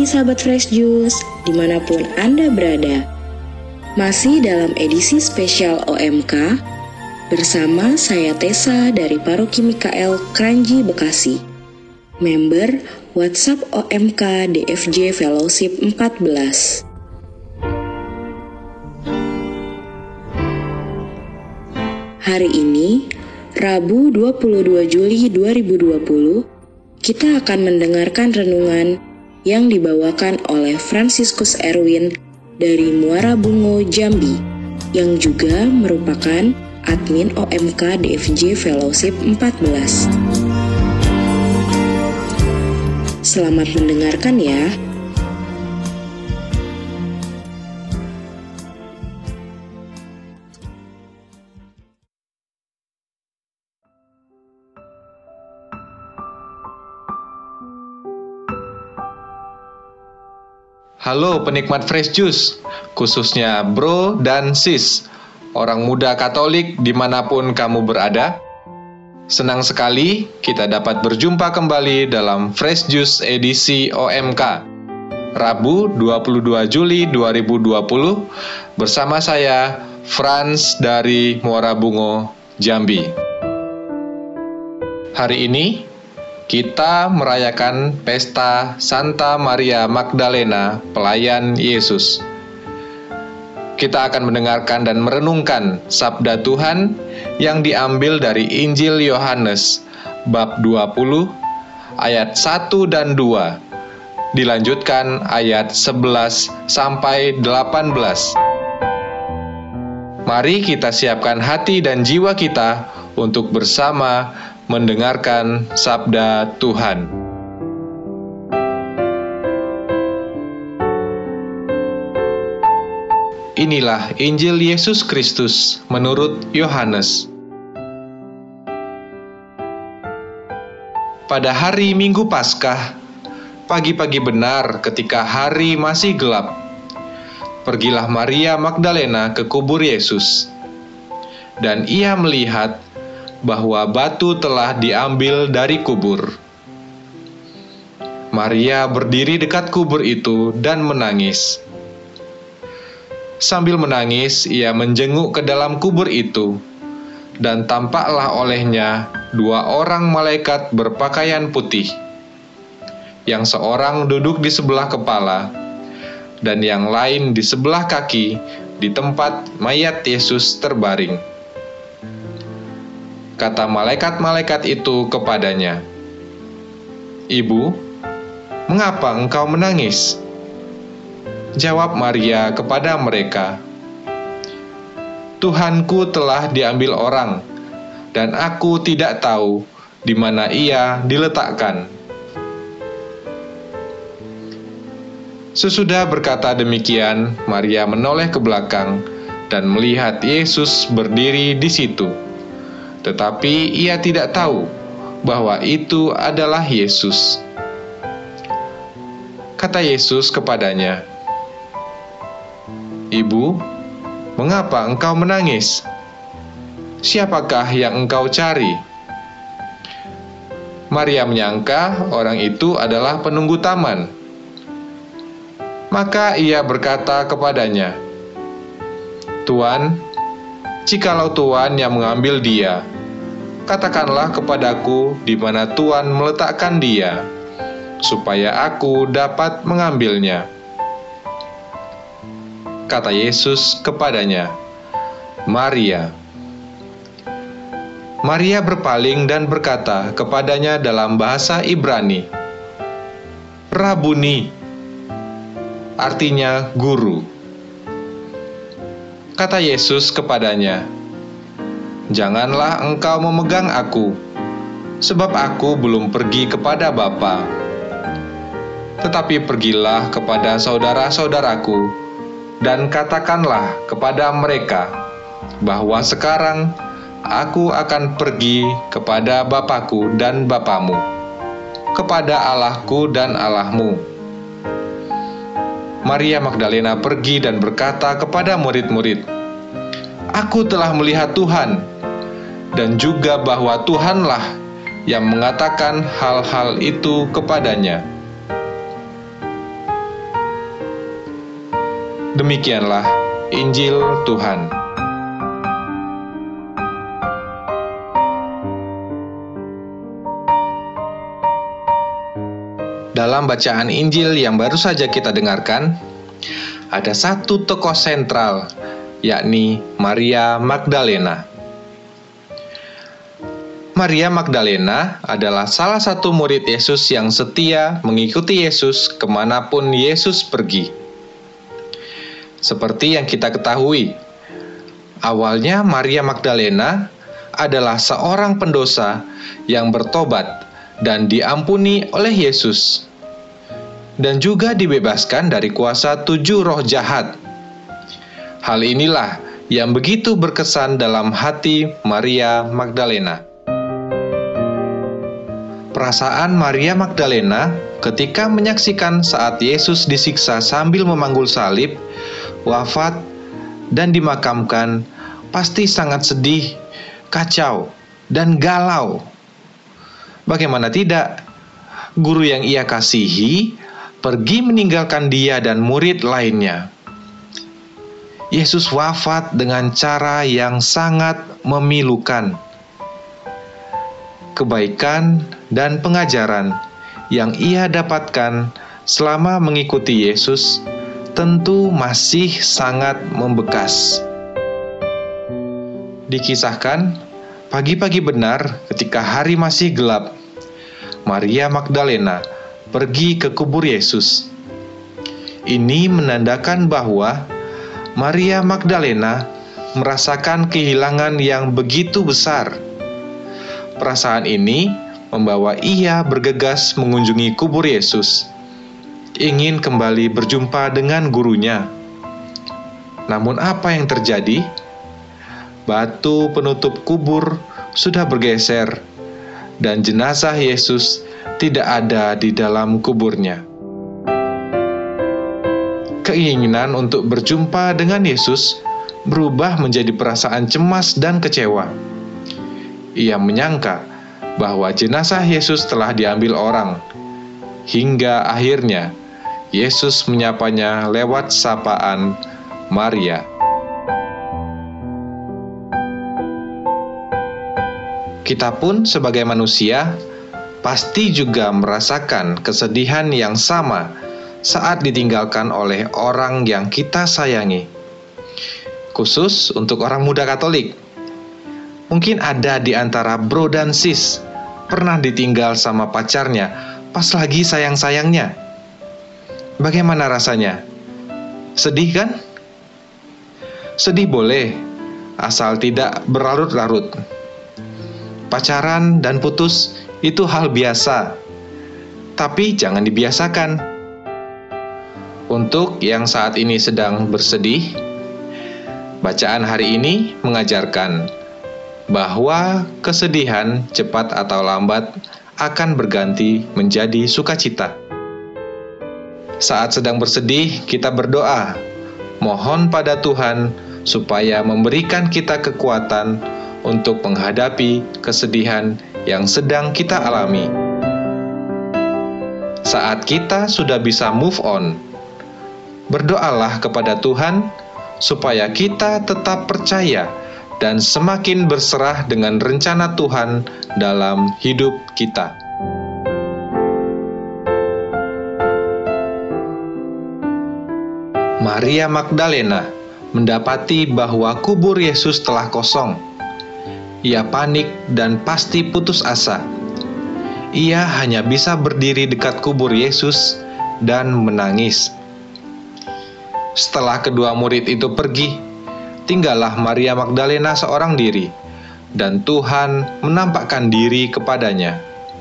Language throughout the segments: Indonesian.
pagi sahabat Fresh Juice, dimanapun Anda berada. Masih dalam edisi spesial OMK, bersama saya Tessa dari Paroki Mikael Kranji, Bekasi. Member WhatsApp OMK DFJ Fellowship 14. Hari ini, Rabu 22 Juli 2020, kita akan mendengarkan renungan yang dibawakan oleh Fransiskus Erwin dari Muara Bungo, Jambi, yang juga merupakan admin OMK DFJ Fellowship 14. Selamat mendengarkan ya. Halo penikmat Fresh Juice, khususnya bro dan sis, orang muda Katolik dimanapun kamu berada. Senang sekali kita dapat berjumpa kembali dalam Fresh Juice edisi OMK, Rabu 22 Juli 2020, bersama saya, Frans dari Muara Bungo, Jambi. Hari ini, kita merayakan pesta Santa Maria Magdalena, pelayan Yesus. Kita akan mendengarkan dan merenungkan sabda Tuhan yang diambil dari Injil Yohanes, bab 20, ayat 1 dan 2, dilanjutkan ayat 11 sampai 18. Mari kita siapkan hati dan jiwa kita untuk bersama mendengarkan sabda Tuhan. Inilah Injil Yesus Kristus menurut Yohanes. Pada hari Minggu Paskah, pagi-pagi benar ketika hari masih gelap, pergilah Maria Magdalena ke kubur Yesus. Dan ia melihat bahwa batu telah diambil dari kubur. Maria berdiri dekat kubur itu dan menangis. Sambil menangis, ia menjenguk ke dalam kubur itu, dan tampaklah olehnya 2 orang malaikat berpakaian putih, yang seorang duduk di sebelah kepala, dan yang lain di sebelah kaki, di tempat mayat Yesus terbaring. Kata malaikat-malaikat itu kepadanya, "Ibu, mengapa engkau menangis?" Jawab Maria kepada mereka, "Tuhanku telah diambil orang, dan aku tidak tahu di mana ia diletakkan." Sesudah berkata demikian, Maria menoleh ke belakang dan melihat Yesus berdiri di situ. Tetapi ia tidak tahu bahwa itu adalah Yesus. Kata Yesus kepadanya, "Ibu, mengapa engkau menangis? Siapakah yang engkau cari?" Maria menyangka orang itu adalah penunggu taman. Maka ia berkata kepadanya, "Tuan, jikalau Tuan yang mengambil dia, katakanlah kepadaku di mana Tuan meletakkan dia, supaya aku dapat mengambilnya." Kata Yesus kepadanya, "Maria." Maria berpaling dan berkata kepadanya dalam bahasa Ibrani, "Rabuni," artinya guru. Kata Yesus kepadanya, "Janganlah engkau memegang aku, sebab aku belum pergi kepada Bapa. Tetapi pergilah kepada saudara-saudaraku, dan katakanlah kepada mereka bahwa sekarang aku akan pergi kepada Bapakku dan Bapamu, kepada Allahku dan Allahmu." Maria Magdalena pergi dan berkata kepada murid-murid, "Aku telah melihat Tuhan," dan juga bahwa Tuhanlah yang mengatakan hal-hal itu kepadanya. Demikianlah Injil Tuhan. Dalam bacaan Injil yang baru saja kita dengarkan, ada satu tokoh sentral, yakni Maria Magdalena. Maria Magdalena adalah salah satu murid Yesus yang setia mengikuti Yesus kemanapun Yesus pergi. Seperti yang kita ketahui, awalnya Maria Magdalena adalah seorang pendosa yang bertobat dan diampuni oleh Yesus, dan juga dibebaskan dari kuasa 7 roh jahat. Hal inilah yang begitu berkesan dalam hati Maria Magdalena. Perasaan Maria Magdalena ketika menyaksikan saat Yesus disiksa sambil memanggul salib, wafat, dan dimakamkan pasti sangat sedih, kacau, dan galau. Bagaimana tidak, guru yang ia kasihi pergi meninggalkan dia dan murid lainnya. Yesus wafat dengan cara yang sangat memilukan. Kebaikan dan pengajaran yang ia dapatkan selama mengikuti Yesus tentu masih sangat membekas. Dikisahkan, pagi-pagi benar ketika hari masih gelap, Maria Magdalena pergi ke kubur Yesus. Ini menandakan bahwa Maria Magdalena merasakan kehilangan yang begitu besar. Perasaan ini membawa ia bergegas mengunjungi kubur Yesus, ingin kembali berjumpa dengan gurunya. Namun apa yang terjadi? Batu penutup kubur sudah bergeser, dan jenazah Yesus tidak ada di dalam kuburnya. Keinginan untuk berjumpa dengan Yesus berubah menjadi perasaan cemas dan kecewa. Ia menyangka bahwa jenazah Yesus telah diambil orang, hingga akhirnya Yesus menyapanya lewat sapaan Maria. Kita pun sebagai manusia pasti juga merasakan kesedihan yang sama saat ditinggalkan oleh orang yang kita sayangi. Khusus untuk orang muda Katolik. Mungkin ada di antara bro dan sis pernah ditinggal sama pacarnya pas lagi sayang-sayangnya. Bagaimana rasanya? Sedih kan? Sedih boleh, asal tidak berlarut-larut. Pacaran dan putus itu hal biasa, tapi jangan dibiasakan. Untuk yang saat ini sedang bersedih, bacaan hari ini mengajarkan bahwa kesedihan cepat atau lambat akan berganti menjadi sukacita. Saat sedang bersedih, kita berdoa, mohon pada Tuhan supaya memberikan kita kekuatan untuk menghadapi kesedihan yang sedang kita alami. Saat kita sudah bisa move on, berdoalah kepada Tuhan supaya kita tetap percaya dan semakin berserah dengan rencana Tuhan dalam hidup kita. Maria Magdalena mendapati bahwa kubur Yesus telah kosong. Ia panik dan pasti putus asa. Ia hanya bisa berdiri dekat kubur Yesus dan menangis. Setelah kedua murid itu pergi, tinggallah Maria Magdalena seorang diri, dan Tuhan menampakkan diri kepadanya.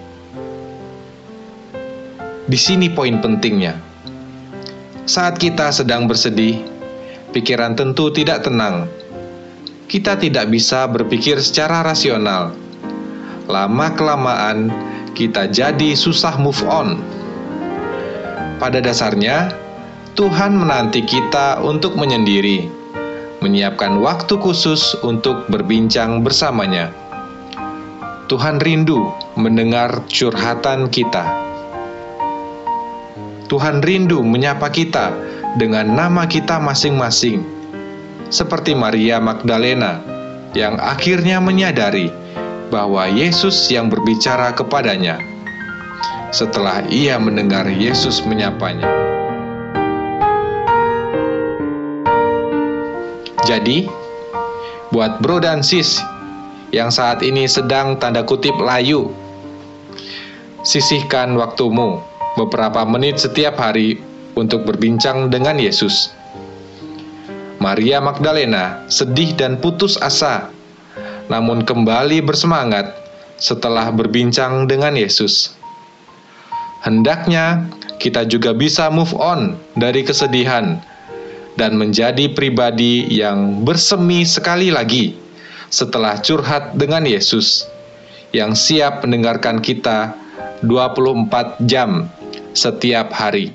Di sini poin pentingnya. Saat kita sedang bersedih, pikiran tentu tidak tenang. Kita tidak bisa berpikir secara rasional. Lama-kelamaan, kita jadi susah move on. Pada dasarnya, Tuhan menanti kita untuk menyendiri, menyiapkan waktu khusus untuk berbincang bersamanya. Tuhan rindu mendengar curhatan kita. Tuhan rindu menyapa kita dengan nama kita masing-masing, seperti Maria Magdalena yang akhirnya menyadari bahwa Yesus yang berbicara kepadanya setelah ia mendengar Yesus menyapanya. Jadi, buat bro dan sis yang saat ini sedang tanda kutip layu, sisihkan waktumu beberapa menit setiap hari untuk berbincang dengan Yesus. Maria Magdalena sedih dan putus asa, namun kembali bersemangat setelah berbincang dengan Yesus. Hendaknya kita juga bisa move on dari kesedihan dan menjadi pribadi yang bersemi sekali lagi setelah curhat dengan Yesus yang siap mendengarkan kita 24 jam setiap hari.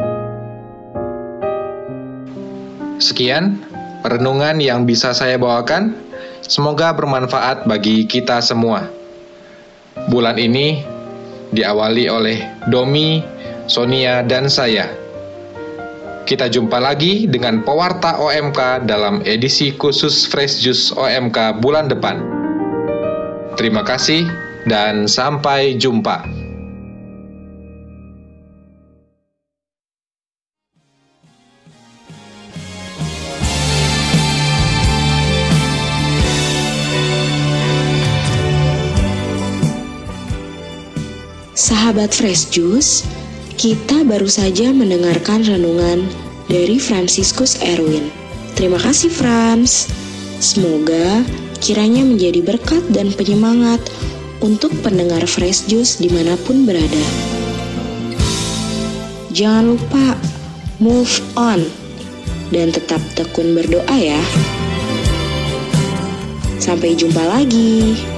Sekian renungan yang bisa saya bawakan. Semoga bermanfaat bagi kita semua. Bulan ini diawali oleh Domi, Sonia, dan saya. Kita jumpa lagi dengan pewarta OMK dalam edisi khusus Fresh Juice OMK bulan depan. Terima kasih dan sampai jumpa. Sahabat Fresh Juice, kita baru saja mendengarkan renungan dari Fransiskus Erwin. Terima kasih Frans. Semoga kiranya menjadi berkat dan penyemangat untuk pendengar Fresh Juice dimanapun berada. Jangan lupa move on dan tetap tekun berdoa ya. Sampai jumpa lagi.